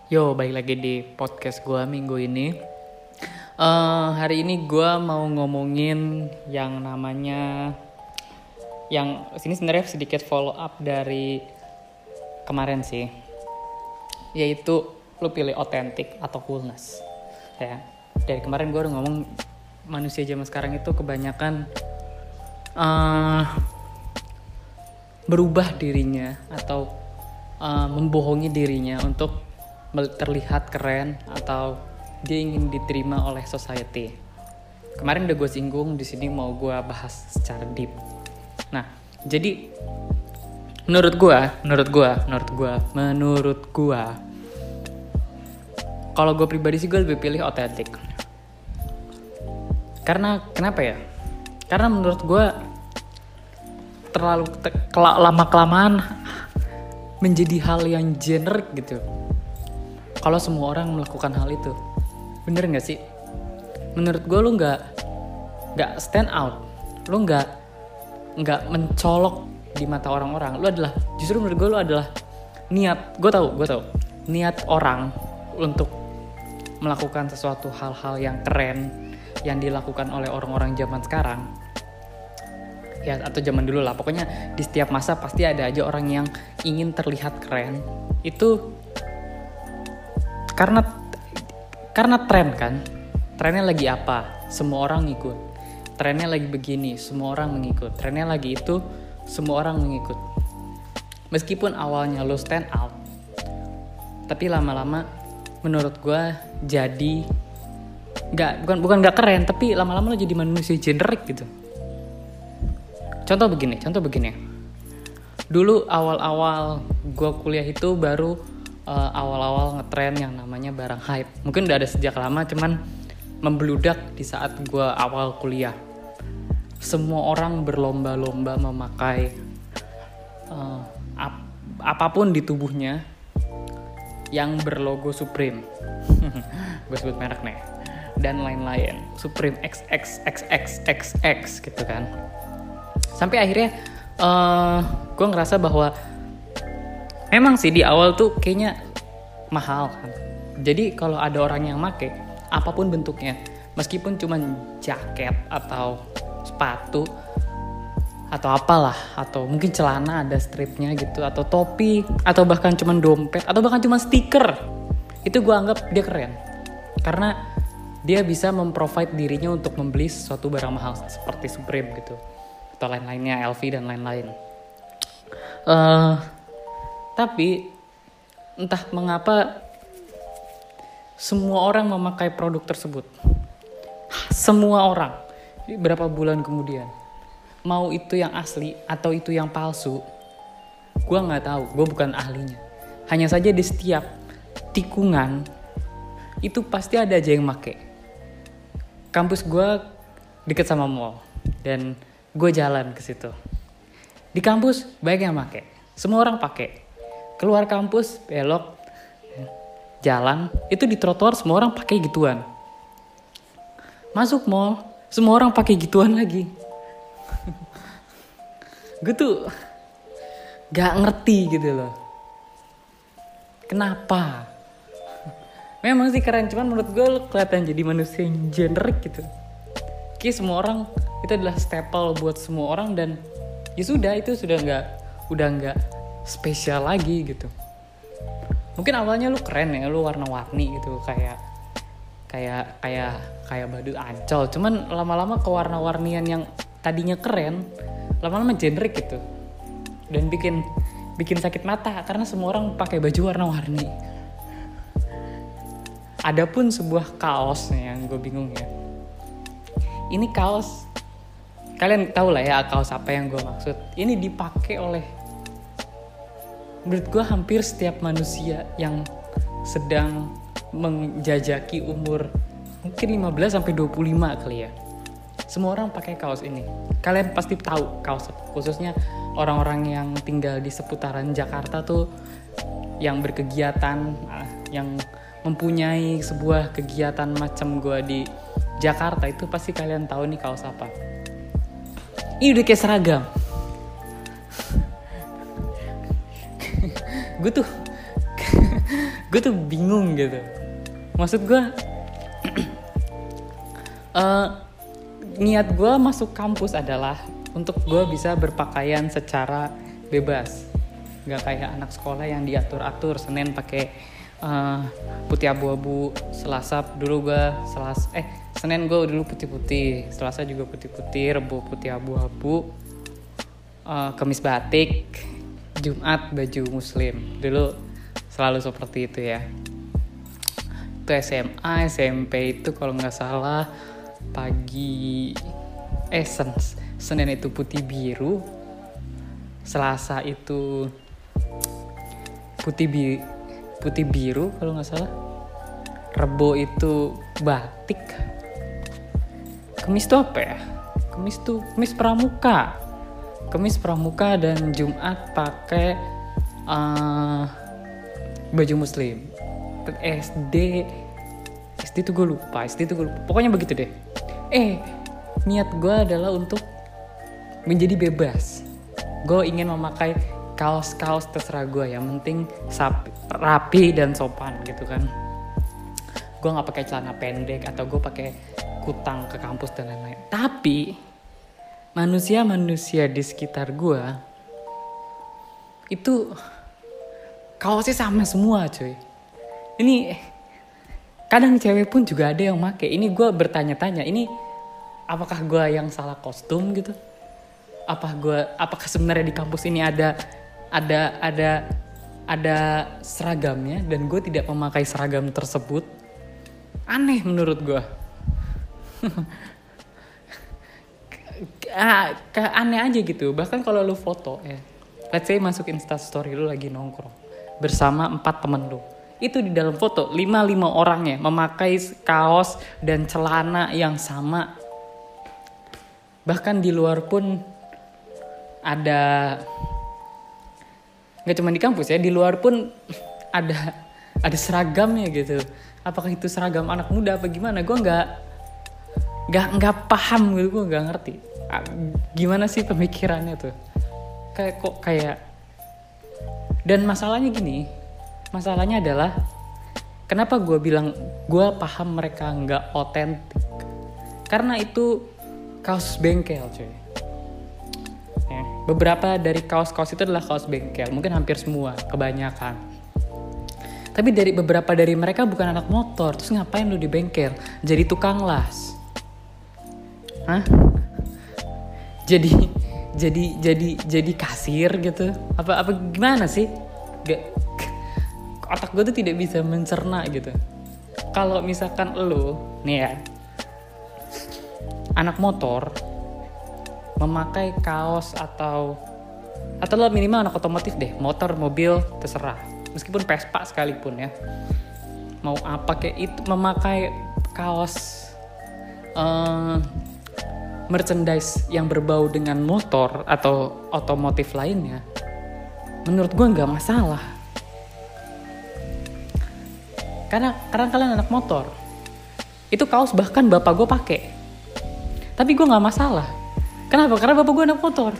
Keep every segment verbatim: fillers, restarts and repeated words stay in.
Yo, balik lagi di podcast gue minggu ini. Uh, hari ini gue mau ngomongin yang namanya, yang sini sebenarnya sedikit follow up dari kemarin sih, yaitu lu pilih otentik atau coolness. Ya, dari kemarin gue udah ngomong manusia zaman sekarang itu kebanyakan uh, berubah dirinya atau uh, membohongi dirinya untuk terlihat keren atau dia ingin diterima oleh society. Kemarin udah gue singgung, di sini mau gue bahas secara deep. Nah, jadi menurut gue, menurut gue, menurut gue, menurut gue, kalau gue pribadi sih gue lebih pilih otentik. Karena kenapa ya? Karena menurut gue terlalu te- lama kelamaan menjadi hal yang generik gitu. Kalau semua orang melakukan hal itu, bener nggak sih? Menurut gue lu nggak nggak stand out, lu nggak nggak mencolok di mata orang-orang. Lu adalah justru menurut gue lu adalah niat. Gue tahu, gue tahu niat orang untuk melakukan sesuatu hal-hal yang keren yang dilakukan oleh orang-orang zaman sekarang. Ya atau zaman dulu lah. Pokoknya di setiap masa pasti ada aja orang yang ingin terlihat keren. Itu Karena karena tren kan, trennya lagi apa, semua orang ngikut. Trennya lagi begini, semua orang mengikut. Trennya lagi itu, semua orang mengikut. Meskipun awalnya lo stand out, tapi lama-lama menurut gue jadi nggak bukan bukan nggak keren, tapi lama-lama lo jadi manusia generik gitu. Contoh begini, contoh begini. Dulu awal-awal gue kuliah itu baru Uh, awal-awal ngetren yang namanya barang hype. Mungkin udah ada sejak lama, cuman membludak di saat gue awal kuliah. Semua orang berlomba-lomba memakai uh, ap- apapun di tubuhnya yang berlogo Supreme. Gue sebut merek nih. Dan lain-lain. Supreme X X X X X X gitu kan. Sampai akhirnya uh, gue ngerasa bahwa memang sih di awal tuh kayaknya mahal kan. Jadi kalau ada orang yang make apapun bentuknya, meskipun cuma jaket atau sepatu atau apalah, atau mungkin celana ada stripnya gitu, atau topi, atau bahkan cuma dompet, atau bahkan cuma stiker, itu gue anggap dia keren. Karena dia bisa memprovide dirinya untuk membeli sesuatu barang mahal seperti Supreme gitu, atau lain-lainnya, L V dan lain-lain. Uh, Tapi entah mengapa semua orang memakai produk tersebut. Semua orang. Berapa bulan kemudian, mau itu yang asli atau itu yang palsu, gue nggak tahu. Gue bukan ahlinya. Hanya saja di setiap tikungan itu pasti ada aja yang make. Kampus gue deket sama mall dan gue jalan ke situ. Di kampus banyak yang make. Semua orang pakai. Keluar kampus, belok, jalan, itu di trotoar semua orang pakai gituan. Masuk mall, semua orang pakai gituan lagi. Gue tuh gak ngerti gitu loh. Kenapa? Memang sih keren, cuman menurut gue lo kelihatan jadi manusia yang generik gitu. Kayak semua orang, itu adalah staple buat semua orang dan ya sudah, itu sudah gak, udah gak spesial lagi gitu. Mungkin awalnya lu keren ya, lu warna-warni gitu, kayak kayak kayak kayak badut Ancol. Cuman lama-lama kewarna-warnian yang tadinya keren, lama-lama generik gitu. Dan bikin bikin sakit mata karena semua orang pakai baju warna-warni. Adapun sebuah kaos nih yang gue bingung ya. Ini kaos, kalian tahu lah ya kaos apa yang gue maksud. Ini dipakai oleh, menurut gue hampir setiap manusia yang sedang menjajaki umur mungkin lima belas sampai dua puluh lima kali ya. Semua orang pakai kaos ini. Kalian pasti tahu kaos, khususnya orang-orang yang tinggal di seputaran Jakarta tuh, yang berkegiatan, yang mempunyai sebuah kegiatan macam gue di Jakarta, itu pasti kalian tahu nih kaos apa. Ini udah kayak seragam. Gue tuh Gue tuh bingung gitu. Maksud gue uh, niat gue masuk kampus adalah untuk gue bisa berpakaian secara bebas, nggak kayak anak sekolah yang diatur-atur. Senin pakai uh, putih abu-abu, Selasa dulu gue Selasa eh Senin gue dulu putih-putih, Selasa juga putih-putih, Rebo putih abu-abu, uh, Kamis batik, Jumat baju muslim. Dulu selalu seperti itu ya. Itu S M A, S M P itu kalau nggak salah pagi eh sen, Senin itu putih biru, Selasa itu putih bi, putih biru kalau nggak salah, Rebo itu batik, Kamis itu apa ya? Kamis tuh Kamis pramuka, Kamis pramuka dan Jumat pakai uh, baju muslim. S D S D tuh gue lupa, S D tuh gue lupa. Pokoknya begitu deh. Eh, niat gue adalah untuk menjadi bebas. Gue ingin memakai kaos-kaos terserah gue, yang penting sapi, rapi dan sopan gitu kan. Gue nggak pakai celana pendek atau gue pakai kutang ke kampus dan lain-lain. Tapi manusia-manusia di sekitar gue itu kaosnya sama semua, cuy. Ini kadang cewek pun juga ada yang make. Ini gue bertanya-tanya, ini apakah gue yang salah kostum gitu? Apa gue, apakah sebenarnya di kampus ini ada ada ada ada seragamnya dan gue tidak memakai seragam tersebut? Aneh menurut gue. ah, aneh aja gitu. Bahkan kalau lu foto ya, let's say masuk Instastory lu lagi nongkrong bersama empat temen lu, itu di dalam foto lima lima orangnya memakai kaos dan celana yang sama. Bahkan di luar pun ada, nggak cuma di kampus ya, di luar pun ada ada seragamnya gitu. Apakah itu seragam anak muda apa gimana? Gue nggak nggak nggak paham gitu, gue nggak ngerti. Gimana sih pemikirannya tuh? Kayak kok kayak. Dan masalahnya gini, masalahnya adalah kenapa gue bilang gue paham mereka nggak otentik? Karena itu kaos bengkel, cuy. Ya, beberapa dari kaos-kaos itu adalah kaos bengkel, mungkin hampir semua, kebanyakan. Tapi dari beberapa dari mereka bukan anak motor, terus ngapain lu di bengkel? Jadi tukang las? Hah? Jadi jadi jadi jadi kasir gitu? Apa apa gimana sih? Gak, otak gue tuh tidak bisa mencerna gitu. Kalau misalkan lu nih ya, anak motor memakai kaos atau atau lo minimal anak otomotif deh, motor, mobil, terserah. Meskipun Vespa sekalipun ya, mau apa kayak itu, memakai kaos uh, merchandise yang berbau dengan motor atau otomotif lainnya, menurut gue nggak masalah. Karena karena kalian anak motor, itu kaos bahkan bapak gue pakai, tapi gue nggak masalah. Kenapa? Karena bapak gue anak motor.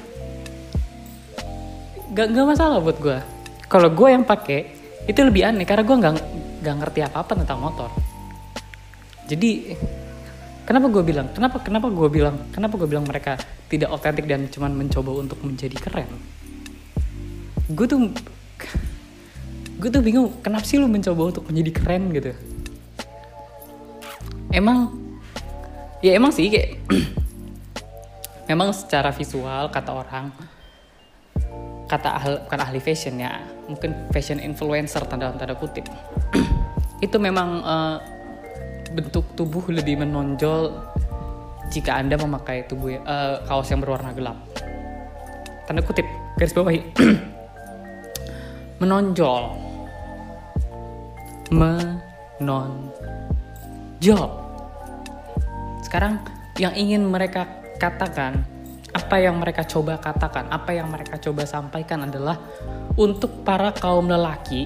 Gak nggak masalah buat gue. Kalau gue yang pakai itu lebih aneh karena gue nggak nggak ngerti apa-apa tentang motor. Jadi kenapa gue bilang? Kenapa kenapa gue bilang? Kenapa gue bilang mereka tidak otentik dan cuman mencoba untuk menjadi keren? Gue tuh gue tuh bingung, kenapa sih lu mencoba untuk menjadi keren gitu? Emang, ya emang sih kayak, memang secara visual kata orang, kata ahli, bukan ahli fashion ya, mungkin fashion influencer tanda tanda kutip, itu memang uh, bentuk tubuh lebih menonjol jika Anda memakai tubuh uh, kaos yang berwarna gelap. Tanda kutip, garis bawahi. Menonjol. Menonjol. Sekarang yang ingin mereka katakan, apa yang mereka coba katakan, apa yang mereka coba sampaikan adalah untuk para kaum lelaki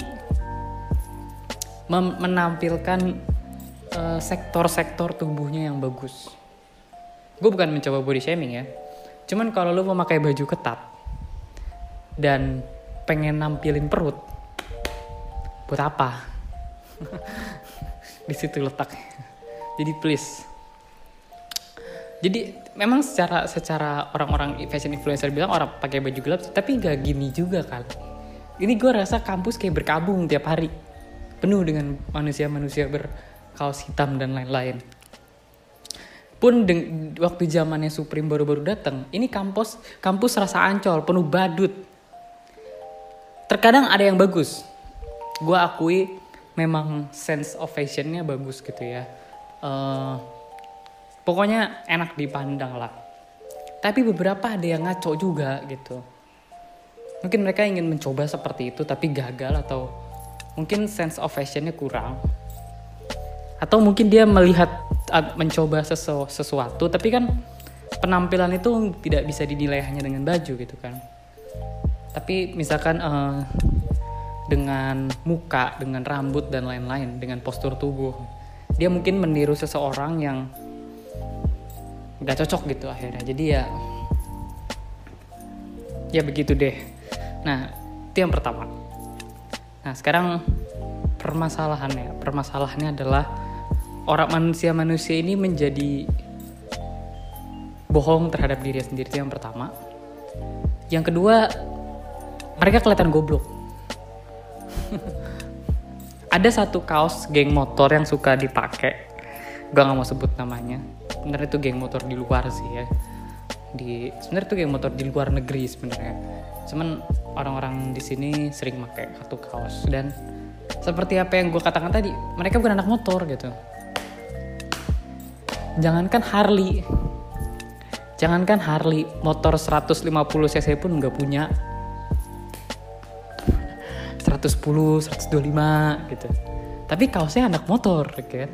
mem- menampilkan uh, sektor-sektor tubuhnya yang bagus. Gue bukan mencoba body shaming ya, cuman kalau lu memakai baju ketat dan pengen nampilin perut, buat apa? Di situ letaknya. Jadi please. Jadi memang secara secara orang-orang fashion influencer bilang orang pakai baju gelap, tapi nggak gini juga kan. Ini gue rasa kampus kayak berkabung tiap hari, penuh dengan manusia-manusia berkaos hitam dan lain-lain. Pun deng- waktu zamannya Supreme baru-baru datang, ini kampus kampus rasa Ancol penuh badut. Terkadang ada yang bagus. Gue akui memang sense of fashionnya bagus gitu ya. Uh, pokoknya enak dipandang lah. Tapi beberapa ada yang ngaco juga gitu. Mungkin mereka ingin mencoba seperti itu tapi gagal, atau mungkin sense of fashionnya kurang. Atau mungkin dia melihat mencoba sesu, sesuatu tapi kan penampilan itu tidak bisa dinilai hanya dengan baju gitu kan. Tapi misalkan uh, dengan muka, dengan rambut dan lain-lain, dengan postur tubuh, dia mungkin meniru seseorang yang gak cocok gitu akhirnya. Jadi ya ya begitu deh. Nah itu yang pertama. Nah sekarang permasalahannya permasalahannya adalah orang manusia-manusia ini menjadi bohong terhadap diri sendiri. Itu yang pertama. Yang kedua, mereka kelihatan goblok. Ada satu kaos geng motor yang suka dipakai, gue nggak mau sebut namanya. Sebenarnya itu geng motor di luar sih ya. Di sebenarnya itu geng motor di luar negeri sebenarnya. Cuman orang-orang di sini sering pakai satu kaos, dan seperti apa yang gue katakan tadi, mereka bukan anak motor gitu. Jangankan Harley, jangankan Harley, motor seratus lima puluh cc pun nggak punya. seratus sepuluh, seratus dua puluh lima gitu. Tapi kaosnya anak motor kan.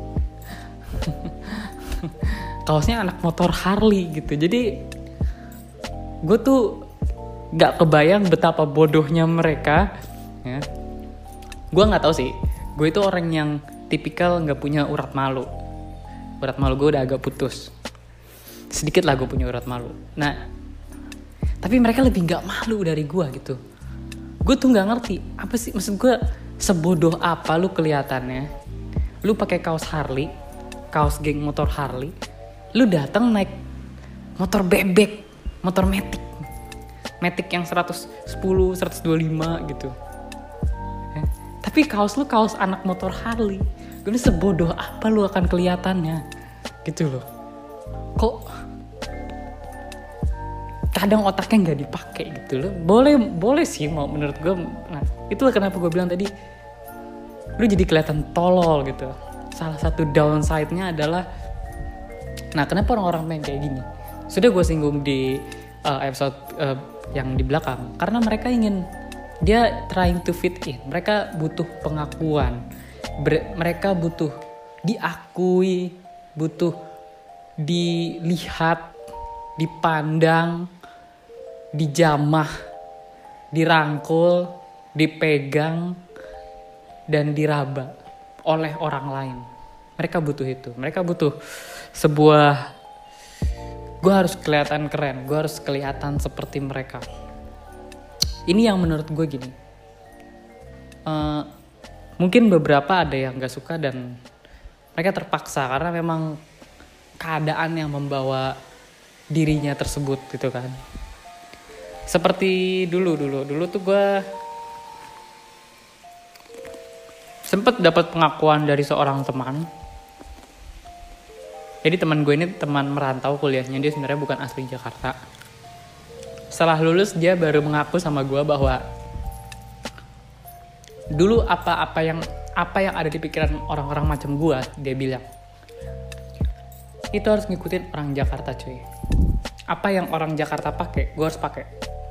Kaosnya anak motor Harley gitu. Jadi gue tuh gak kebayang betapa bodohnya mereka ya. Gue gak tahu sih. Gue itu orang yang tipikal gak punya urat malu. Urat malu gue udah agak putus. Sedikit lah gue punya urat malu. Nah, tapi mereka lebih gak malu dari gue gitu. Gue tuh nggak ngerti apa sih, maksud gue sebodoh apa lu kelihatannya. Lu pakai kaos Harley, kaos geng motor Harley, lu datang naik motor bebek, motor Matic, Matic yang seratus sepuluh, seratus dua puluh lima gitu. Eh, tapi kaos lu kaos anak motor Harley. Gue ini sebodoh apa lu akan kelihatannya, gitu loh. Kok kadang otaknya nggak dipakai gitu loh. Boleh boleh sih mau menurut gue. Nah itulah kenapa gue bilang tadi lu jadi kelihatan tolol gitu. Salah satu downside-nya adalah, nah kenapa orang-orang main kayak gini, sudah gue singgung di uh, episode uh, yang di belakang. Karena mereka ingin, dia trying to fit in. Mereka butuh pengakuan. Ber- mereka butuh diakui, butuh dilihat, dipandang, dijamah, dirangkul, dipegang, dan diraba oleh orang lain. Mereka butuh itu. Mereka butuh sebuah, gue harus kelihatan keren, gue harus kelihatan seperti mereka. Ini yang menurut gue gini. Uh, mungkin beberapa ada yang gak suka dan mereka terpaksa karena memang keadaan yang membawa dirinya tersebut gitu kan. Seperti dulu dulu dulu tuh gue sempet dapat pengakuan dari seorang teman. Jadi teman gue ini teman merantau kuliahnya, dia sebenarnya bukan asli Jakarta. Setelah lulus dia baru mengaku sama gue bahwa dulu apa-apa yang apa yang ada di pikiran orang-orang macam gue, dia bilang itu harus ngikutin orang Jakarta cuy. Apa yang orang Jakarta pakai, gue harus pakai.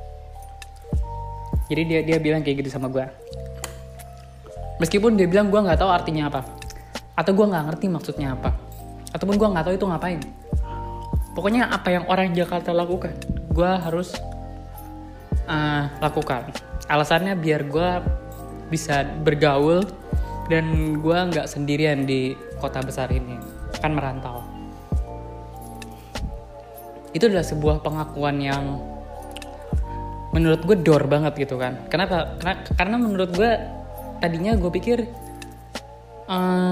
Jadi dia dia bilang kayak gitu sama gue. Meskipun dia bilang gue nggak tahu artinya apa, atau gue nggak ngerti maksudnya apa, ataupun gue nggak tahu itu ngapain. Pokoknya apa yang orang Jakarta lakukan, gue harus uh, lakukan. Alasannya biar gue bisa bergaul dan gue nggak sendirian di kota besar ini, kan merantau. Itu adalah sebuah pengakuan yang menurut gue dor banget gitu kan. Kenapa? Karena, karena menurut gue tadinya gue pikir uh,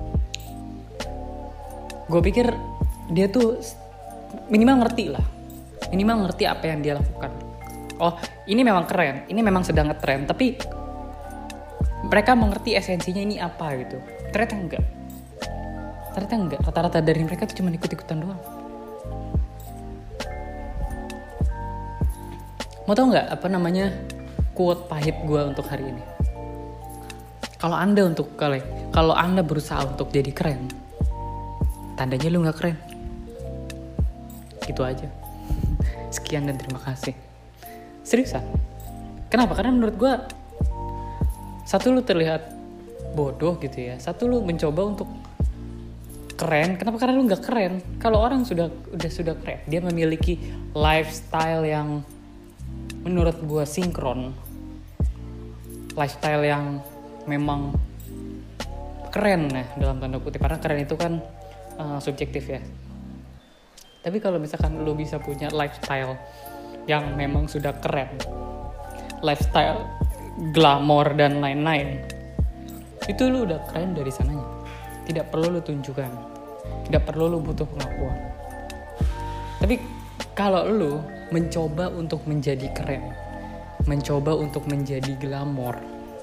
gue pikir dia tuh minimal ngerti lah, minimal ngerti apa yang dia lakukan. Oh, ini memang keren, ini memang sedang ngetren, tapi mereka mengerti esensinya ini apa gitu. Ternyata enggak. Ternyata enggak. Rata-rata dari mereka tuh cuma ikut-ikutan doang. Mau tau nggak apa namanya quote pahit gue untuk hari ini? Kalau anda untuk kalau kalau anda berusaha untuk jadi keren, tandanya lu nggak keren. Gitu aja. Sekian dan terima kasih. Seriusan. Kenapa? Karena menurut gue, satu lu terlihat bodoh gitu ya. Satu lu mencoba untuk keren. Kenapa? Karena lu nggak keren. Kalau orang sudah udah sudah keren, dia memiliki lifestyle yang menurut gue sinkron, lifestyle yang memang keren ya dalam tanda kutip. Karena keren itu kan uh, subjektif ya. Tapi kalau misalkan lu bisa punya lifestyle yang memang sudah keren, lifestyle glamor dan lain-lain, itu lu udah keren dari sananya. Tidak perlu lu tunjukkan, tidak perlu lu butuh pengakuan. Tapi kalau lu mencoba untuk menjadi keren, mencoba untuk menjadi glamor,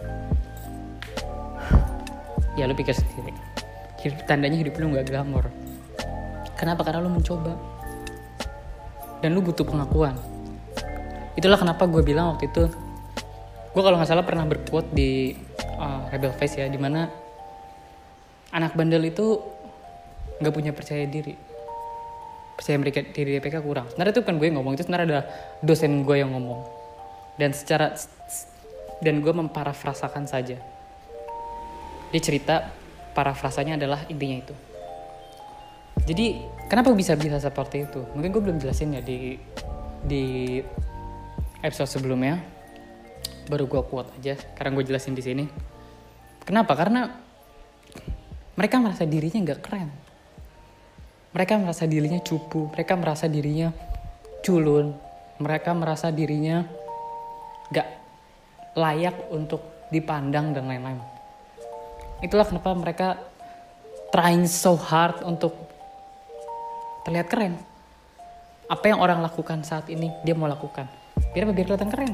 ya lu pikir sendiri, tandanya hidup lu gak glamor. Kenapa? Karena lu mencoba dan lu butuh pengakuan. Itulah kenapa gue bilang waktu itu, gue kalau nggak salah pernah berquote di uh, Rebel Face ya, dimana anak bandel itu nggak punya percaya diri, percaya mereka diri D P K kurang. Sebenarnya itu bukan gue yang ngomong, itu sebenarnya ada dosen gue yang ngomong, dan secara dan gue memparafrasakan saja. Dia cerita, parafrasanya adalah intinya itu. Jadi kenapa bisa bisa seperti itu? Mungkin gue belum jelasin ya di di episode sebelumnya. Baru gue quote aja, sekarang gue jelasin di sini. Kenapa? Karena mereka merasa dirinya nggak keren. Mereka merasa dirinya cupu. Mereka merasa dirinya culun. Mereka merasa dirinya nggak layak untuk dipandang dan lain-lain. Itulah kenapa mereka trying so hard untuk terlihat keren. Apa yang orang lakukan saat ini, dia mau lakukan. Biar apa? Biar kelihatan keren.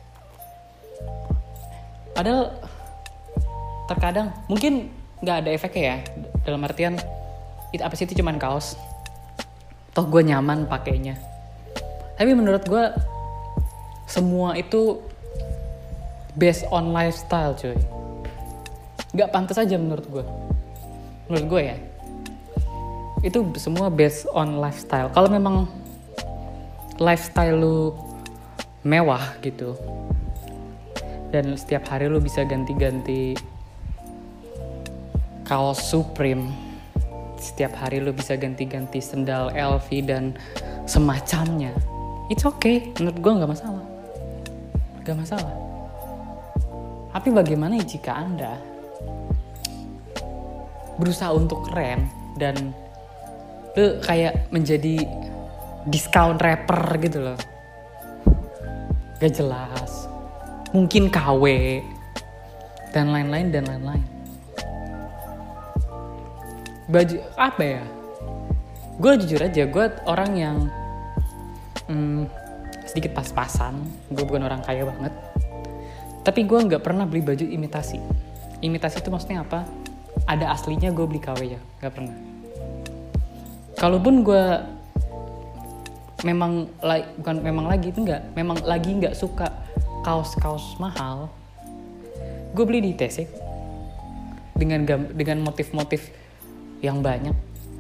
Padahal terkadang mungkin nggak ada efeknya ya. Dalam artian, itu apa sih, itu cuman kaos. Toh gue nyaman pakainya. Tapi menurut gue, semua itu based on lifestyle cuy. Nggak pantas aja menurut gue. Menurut gue ya. Itu semua based on lifestyle. Kalau memang lifestyle lu mewah gitu, dan setiap hari lu bisa ganti-ganti kaos Supreme, setiap hari lu bisa ganti-ganti sendal L V dan semacamnya, it's okay, menurut gue nggak masalah, nggak masalah. Tapi bagaimana jika anda berusaha untuk keren dan lu kayak menjadi discount rapper gitu loh, gak jelas, mungkin K W dan lain-lain dan lain-lain. Baju apa ya? Gue jujur aja, gue orang yang hmm, sedikit pas-pasan. Gue bukan orang kaya banget, tapi gue nggak pernah beli baju imitasi. Imitasi itu maksudnya apa? Ada aslinya gue beli K W ya, nggak pernah. Kalaupun gue memang like, bukan memang lagi itu enggak, memang lagi nggak suka kaos-kaos mahal, gue beli di T C dengan dengan motif-motif yang banyak.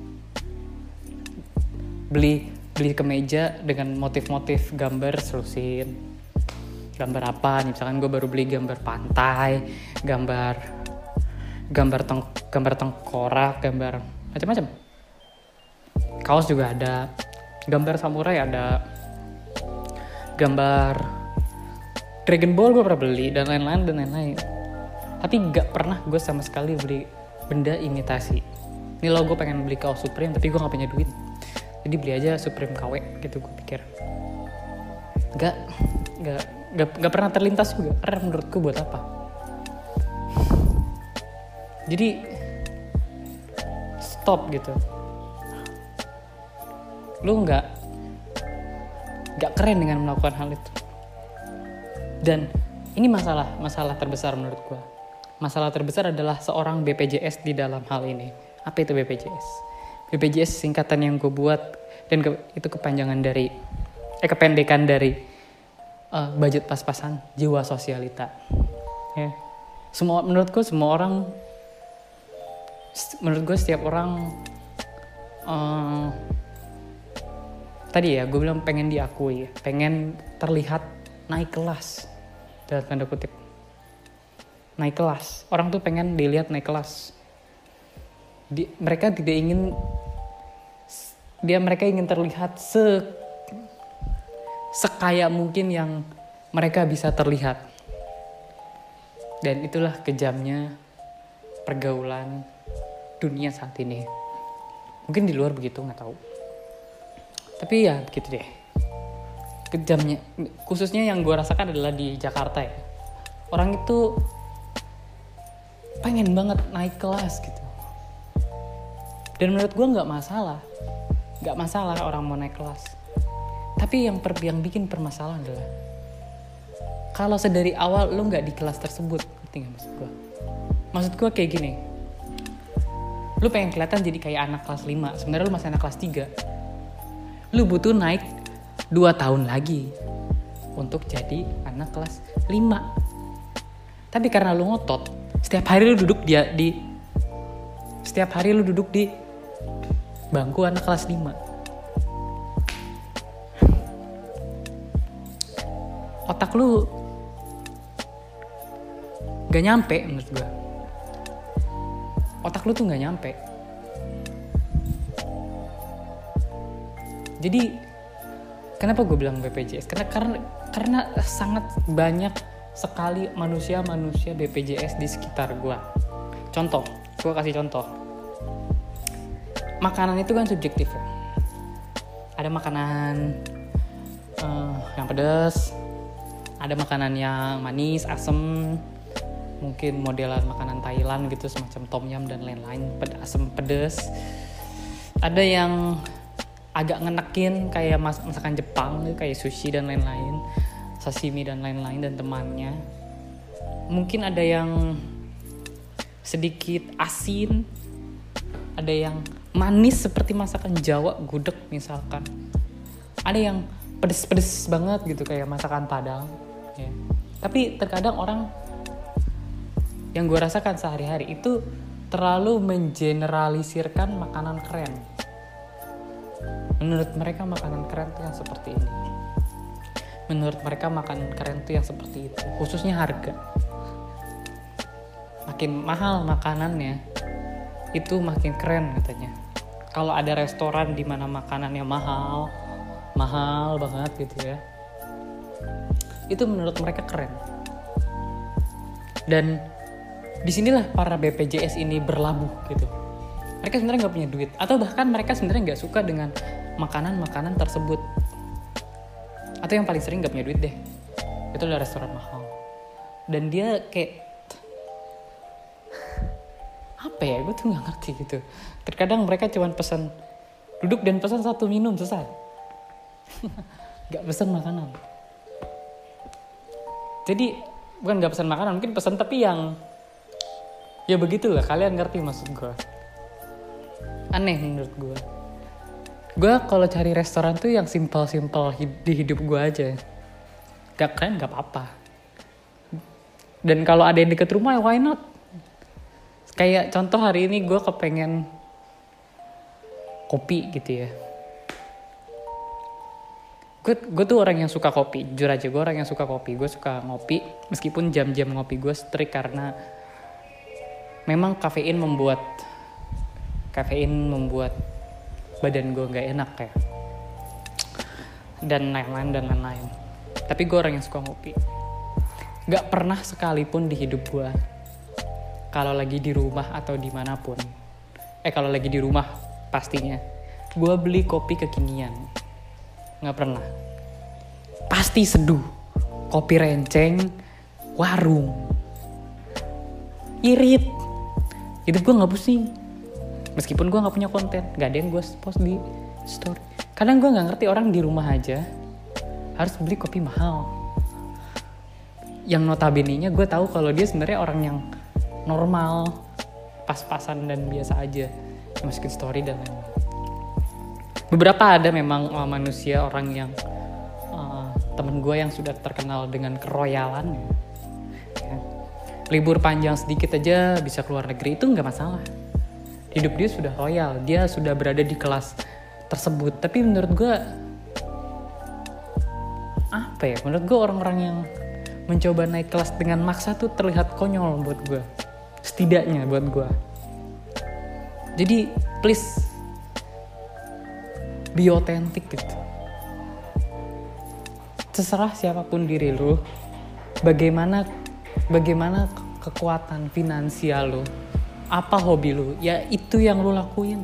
Beli beli kemeja dengan motif-motif gambar selusin, gambar apa nih, misalkan gue baru beli gambar pantai, gambar gambar teng, gambar tengkorak, gambar macam-macam. Kaos juga ada, gambar samurai ada, gambar Dragon Ball gue pernah beli, dan lain-lain dan lain-lain. Tapi gak pernah gue sama sekali beli benda imitasi. Ini lo gue pengen beli kaos Supreme tapi gue gak punya duit, jadi beli aja Supreme K W gitu gue pikir. Gak, gak, gak, gak pernah terlintas juga, karena menurut gue buat apa? Jadi stop gitu. Lu nggak nggak keren dengan melakukan hal itu. Dan ini masalah masalah terbesar menurut gue. Masalah terbesar adalah seorang B P J S di dalam hal ini. Apa itu B P J S? B P J S singkatan yang gue buat dan ke, itu kepanjangan dari eh kependekan dari uh, budget pas-pasan jiwa sosialita. Ya. Semua menurutku semua orang menurut gue setiap orang uh, tadi ya gue bilang pengen diakui, pengen terlihat naik kelas dalam tanda kutip. Naik kelas, orang tuh pengen dilihat naik kelas. Di, mereka tidak ingin dia mereka ingin terlihat se sekaya mungkin yang mereka bisa terlihat. Dan itulah kejamnya pergaulan dunia saat ini. Mungkin di luar begitu, nggak tahu. Tapi ya begitu deh. Kejamnya, khususnya yang gue rasakan adalah di Jakarta ya. Orang itu pengen banget naik kelas gitu. Dan menurut gue nggak masalah, nggak masalah orang mau naik kelas. Tapi yang per, yang bikin permasalahan adalah kalau sedari awal lu nggak di kelas tersebut, ngerti nggak maksud gue? Maksud gue kayak gini. Lu pengen kelihatan jadi kayak anak kelas lima, sebenarnya lu masih anak kelas tiga. Lu butuh naik dua tahun lagi untuk jadi anak kelas lima. Tapi karena lu ngotot, setiap hari lu duduk dia di setiap hari lu duduk di bangku anak kelas lima. Otak lu gak nyampe menurut gue. Otak lu tuh gak nyampe. Jadi kenapa gue bilang B P J S? Karena karena karena sangat banyak sekali manusia-manusia B P J S di sekitar gue. Contoh, gue kasih contoh. Makanan itu kan subjektif ya. Ada makanan uh, yang pedas, ada makanan yang manis, asem, mungkin modelan makanan Thailand gitu semacam tom yum dan lain-lain, ped- asem pedas. Ada yang agak ngenekin kayak mas- masakan Jepang kayak sushi dan lain-lain, sashimi dan lain-lain dan temannya. Mungkin ada yang sedikit asin, ada yang manis seperti masakan Jawa gudeg misalkan. Ada yang pedes-pedes banget gitu kayak masakan Padang ya. Tapi terkadang orang yang gue rasakan sehari-hari itu terlalu mengeneralisirkan makanan keren. Menurut mereka makanan keren tuh yang seperti ini. Menurut mereka makanan keren tuh yang seperti itu. Khususnya harga. Makin mahal makanannya, itu makin keren katanya. Kalau ada restoran di mana makanannya mahal, mahal banget gitu ya, itu menurut mereka keren. Dan disinilah para B P J S ini berlabuh gitu. Mereka sebenarnya nggak punya duit, atau bahkan mereka sebenarnya nggak suka dengan makanan-makanan tersebut. Atau yang paling sering nggak punya duit deh, itu adalah restoran mahal. Dan dia kayak apa ya, gue tuh nggak ngerti gitu. Terkadang mereka cuma pesan duduk dan pesan satu minum selesai. Nggak pesan makanan. Jadi bukan nggak pesan makanan, mungkin pesan tapi yang ya begitulah, kalian ngerti maksud gue. Aneh menurut gue. Gue kalau cari restoran tuh yang simpel-simpel di hidup gue aja. Gak keren gak apa-apa. Dan kalau ada yang deket rumah ya why not? Kayak contoh hari ini gue kepengen kopi gitu ya. Gue gue tuh orang yang suka kopi, jujur aja gue orang yang suka kopi. Gue suka ngopi meskipun jam-jam ngopi gue strict karena memang kafein membuat kafein membuat badan gue nggak enak ya. Dan lain-lain dan lain-lain. Tapi gue orang yang suka ngopi. Gak pernah sekalipun di hidup gue, kalau lagi di rumah atau dimanapun, eh kalau lagi di rumah pastinya, gue beli kopi kekinian. Gak pernah. Pasti seduh, kopi renceng, warung. Irit. hidup gue nggak pusing. Meskipun gue nggak punya konten, nggak ada yang gue post di story. Kadang gue nggak ngerti orang di rumah aja harus beli kopi mahal. Yang notabene-nya gue tahu kalau dia sebenarnya orang yang normal, pas-pasan dan biasa aja, masukin story dan lain-lain. Beberapa ada memang uh, manusia orang yang uh, temen gue yang sudah terkenal dengan keroyalannya. Ya. Libur panjang sedikit aja bisa keluar negeri, itu nggak masalah. Hidup dia sudah royal, dia sudah berada di kelas tersebut. Tapi menurut gue, apa ya? Menurut gue orang-orang yang mencoba naik kelas dengan maksa tuh terlihat konyol buat gue. Setidaknya buat gue. Jadi please be authentic gitu. Terserah siapapun diri lu, bagaimana bagaimana kekuatan finansial lu, apa hobi lu, ya itu yang lu lakuin.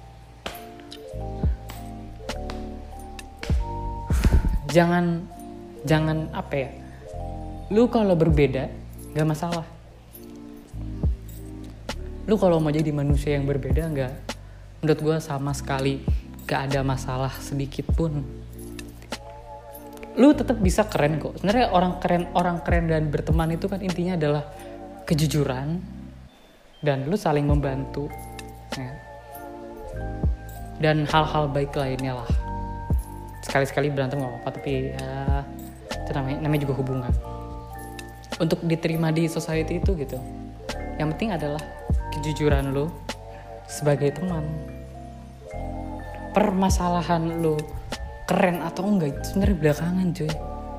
Jangan jangan apa ya? Lu kalau berbeda gak masalah. Lu kalau mau jadi manusia yang berbeda gak, menurut gue sama sekali gak ada masalah sedikit pun. Lu tetap bisa keren kok. Sebenarnya orang keren orang keren dan berteman itu kan intinya adalah kejujuran dan lu saling membantu, ya. Dan hal-hal baik lainnya lah. Sekali-sekali berantem gak apa-apa, tapi ya itu namanya, namanya juga hubungan. Untuk diterima di society itu gitu, yang penting adalah kejujuran lu sebagai teman. Permasalahan lu keren atau enggak itu sebenarnya belakangan cuy.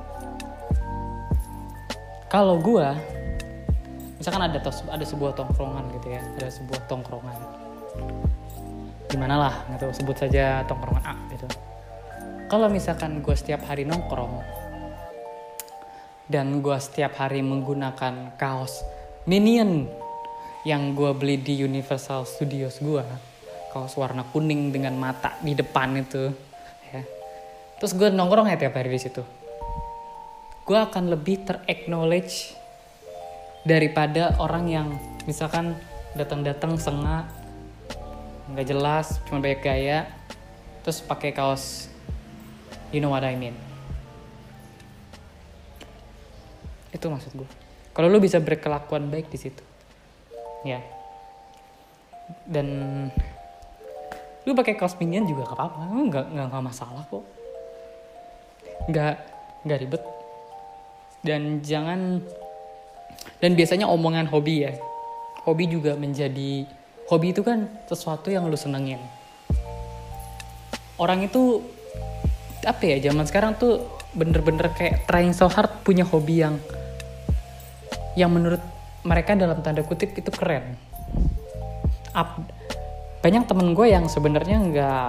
Kalau gua misalkan ada tos, ada sebuah tongkrongan gitu ya, ada sebuah tongkrongan gimana lah gitu, sebut saja tongkrongan A gitu. Kalau misalkan gue setiap hari nongkrong dan gue setiap hari menggunakan kaos Minion yang gue beli di Universal Studios gue, kaos warna kuning dengan mata di depan itu, ya. Terus gue nongkrong ya tiap hari di situ, gue akan lebih ter-acknowledge daripada orang yang misalkan datang-datang sengak, nggak jelas, cuma banyak gaya, terus pakai kaos, you know what I mean. Itu maksud gue. Kalau lu bisa berkelakuan baik di situ, ya, dan lu pakai kaos Minion juga gak apa-apa, nggak nggak nggak masalah kok, nggak nggak ribet. Dan jangan, dan biasanya omongan hobi ya, hobi juga menjadi, hobi itu kan sesuatu yang lu senengin. Orang itu apa ya, zaman sekarang tuh bener-bener kayak trying so hard punya hobi yang yang menurut mereka dalam tanda kutip itu keren. Up, banyak temen gue yang sebenarnya nggak,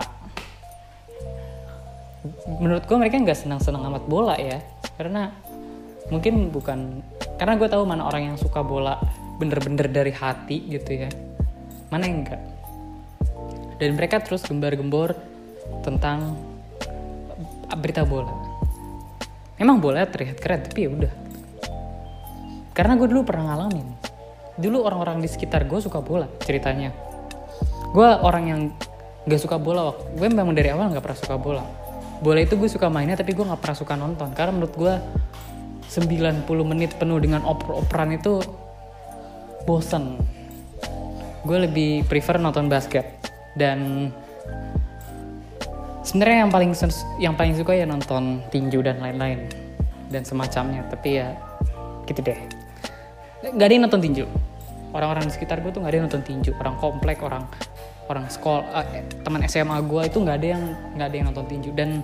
menurut gue mereka nggak senang-senang amat bola ya, karena mungkin bukan, karena gue tahu mana orang yang suka bola bener-bener dari hati gitu ya, mana yang enggak. Dan mereka terus gembar-gembor tentang berita bola. Memang bola terlihat keren, tapi ya udah. Karena gue dulu pernah ngalamin. Dulu orang-orang di sekitar gue suka bola ceritanya. Gue orang yang gak suka bola. Gue memang dari awal gak pernah suka bola. Bola itu gue suka mainnya, tapi gue gak pernah suka nonton. Karena menurut gue sembilan puluh menit penuh dengan oper-operan itu bosen. Gue lebih prefer nonton basket. Dan sebenarnya yang paling yang paling suka ya nonton tinju dan lain-lain dan semacamnya. Tapi ya gitu deh, gak ada yang nonton tinju. Orang-orang di sekitar gue tuh gak ada yang nonton tinju. Orang komplek, orang orang sekolah, eh, teman S M A gue itu gak ada yang gak ada yang nonton tinju. Dan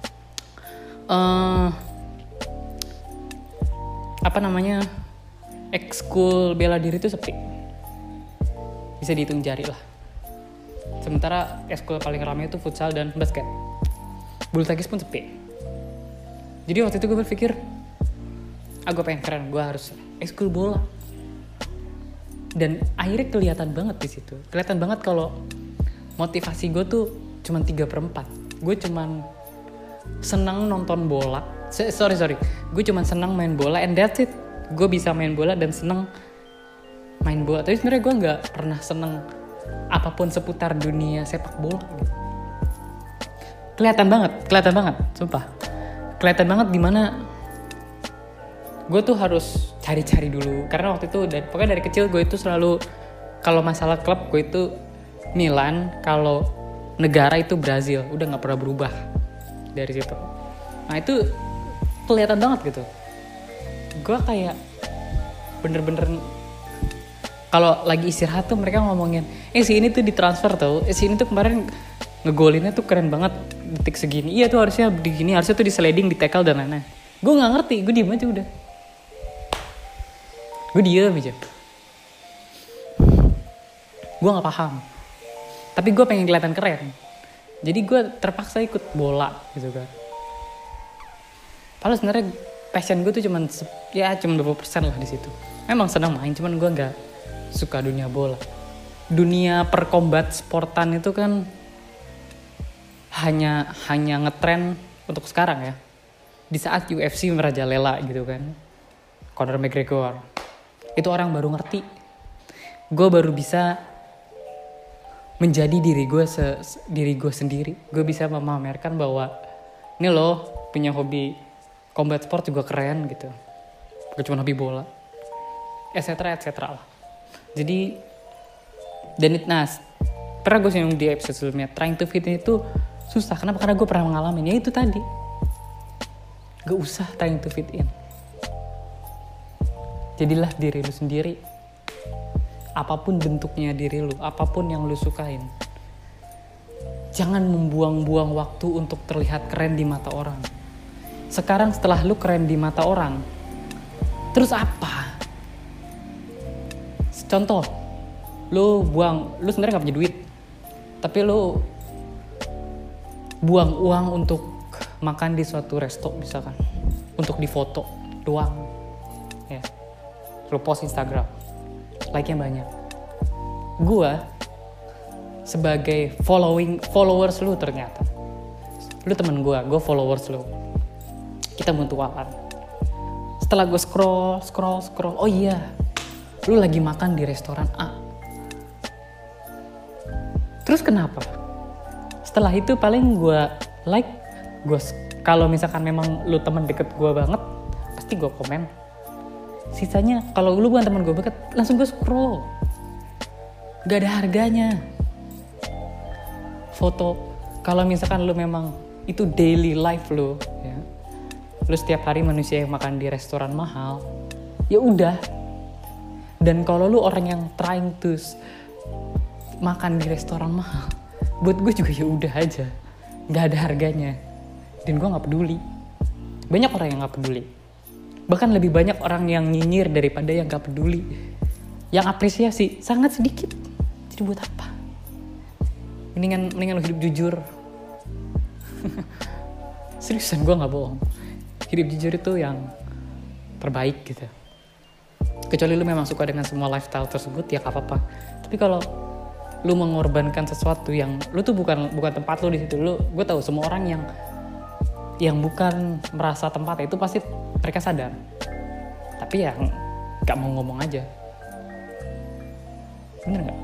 uh, apa namanya, ekskul bela diri itu sepi, bisa dihitung jari lah. Sementara ekskul paling ramai itu futsal dan basket. Bulu tangkis pun sepi. Jadi waktu itu gue berpikir, ah gue pengen keren, gue harus ekskul bola. Dan akhirnya kelihatan banget di situ. Kelihatan banget kalau motivasi gue tuh cuma tiga per empat. Gue cuma senang nonton bola. Sorry sorry, gue cuma senang main bola and that's it. Gue bisa main bola dan senang main bola. Tapi sebenarnya gue nggak pernah seneng apapun seputar dunia sepak bola gitu. Kelihatan banget, kelihatan banget, sumpah. Kelihatan banget dimana gue tuh harus cari-cari dulu. Karena waktu itu, dari, pokoknya dari kecil gue itu selalu, kalau masalah klub gue itu Milan, kalau negara itu Brazil. Udah gak pernah berubah dari situ. Nah itu kelihatan banget gitu. Gue kayak bener-bener, kalau lagi istirahat tuh mereka ngomongin, eh si ini tuh ditransfer tau, eh si ini tuh kemarin ngegolinnya tuh keren banget detik segini. Iya tuh harusnya begini, harusnya tuh di sliding, di tackle dan lain-lain. Gue nggak ngerti, gue diem aja udah. Gue diem aja. Gue nggak paham. Tapi gue pengen kelihatan keren. Jadi gue terpaksa ikut bola gitu kan. Padahal sebenarnya passion gue tuh cuman ya cuma dua puluh persen lah di situ. Memang senang main, cuman gue nggak suka dunia bola. Dunia perkombat sportan itu kan hanya hanya ngetren untuk sekarang ya. Di saat U F C merajalela gitu kan, Conor McGregor, itu orang baru ngerti. Gue baru bisa menjadi diri gue se, diri gue sendiri. Gue bisa memamerkan bahwa ini loh punya hobi combat sport juga keren gitu. Bukan cuma hobi bola, et cetera et cetera lah. Jadi dan it, nah pernah gue singgung di episode sebelumnya, trying to fit itu susah. Kenapa? Karena gue pernah mengalami. Ya itu tadi. Gak usah trying to fit in. Jadilah diri lu sendiri. Apapun bentuknya diri lu, apapun yang lu sukain. Jangan membuang-buang waktu untuk terlihat keren di mata orang. Sekarang setelah lu keren di mata orang, terus apa? Contoh, lu buang, lu sebenarnya gak punya duit, tapi lu buang uang untuk makan di suatu resto misalkan, untuk difoto doang, ya, lu post Instagram, like-nya banyak. Gua sebagai following followers lu ternyata, lu temen gua, gua followers lu, kita mutualan. Setelah gue scroll, scroll, scroll, oh iya, lu lagi makan di restoran A. Terus kenapa? Setelah itu paling gue like, gue kalau misalkan memang lu teman deket gue banget, pasti gue komen. Sisanya kalau lu bukan teman gue deket, langsung gue scroll. Gak ada harganya. Foto, kalau misalkan lu memang itu daily life lu, ya, lu setiap hari manusia yang makan di restoran mahal, ya udah. Dan kalau lu orang yang trying to makan di restoran mahal, buat gue juga ya udah aja, nggak ada harganya, dan gue nggak peduli. Banyak orang yang nggak peduli, bahkan lebih banyak orang yang nyinyir daripada yang nggak peduli. Yang apresiasi sangat sedikit. Jadi buat apa? Mendingan mendingan lu hidup jujur. Seriusan, gue nggak bohong. Hidup jujur itu yang terbaik gitu. Kecuali lu memang suka dengan semua lifestyle tersebut, ya gak apa-apa. Tapi kalau lu mengorbankan sesuatu yang lu tuh bukan bukan tempat lu di situ, lu, gue tahu semua orang yang yang bukan merasa tempatnya itu pasti mereka sadar. Tapi ya nggak mau ngomong aja. Bener nggak?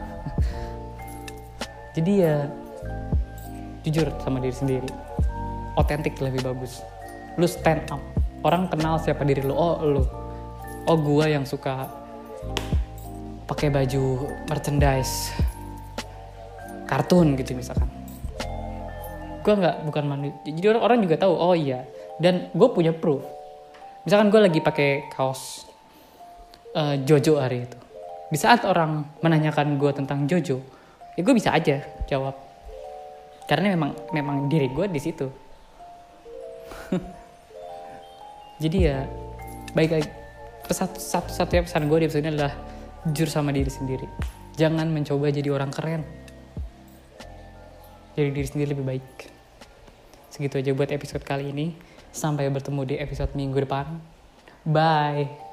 Jadi ya jujur sama diri sendiri. Otentik lebih bagus. Lu stand up. Orang kenal siapa diri lu. Oh lu. Oh gua yang suka pakai baju merchandise kartun gitu misalkan. Gue nggak bukan manusia. Jadi orang, orang juga tahu. Oh iya. Dan gue punya proof. Misalkan gue lagi pakai kaos uh, Jojo hari itu. Di saat orang menanyakan gue tentang Jojo, ya gue bisa aja jawab. Karena memang memang diri gue di situ. Jadi ya baik lagi. Satu-satunya pesan gue di episode ini adalah jujur sama diri sendiri. Jangan mencoba jadi orang keren. Jadi diri sendiri lebih baik. Segitu aja buat episode kali ini. Sampai bertemu di episode minggu depan. Bye.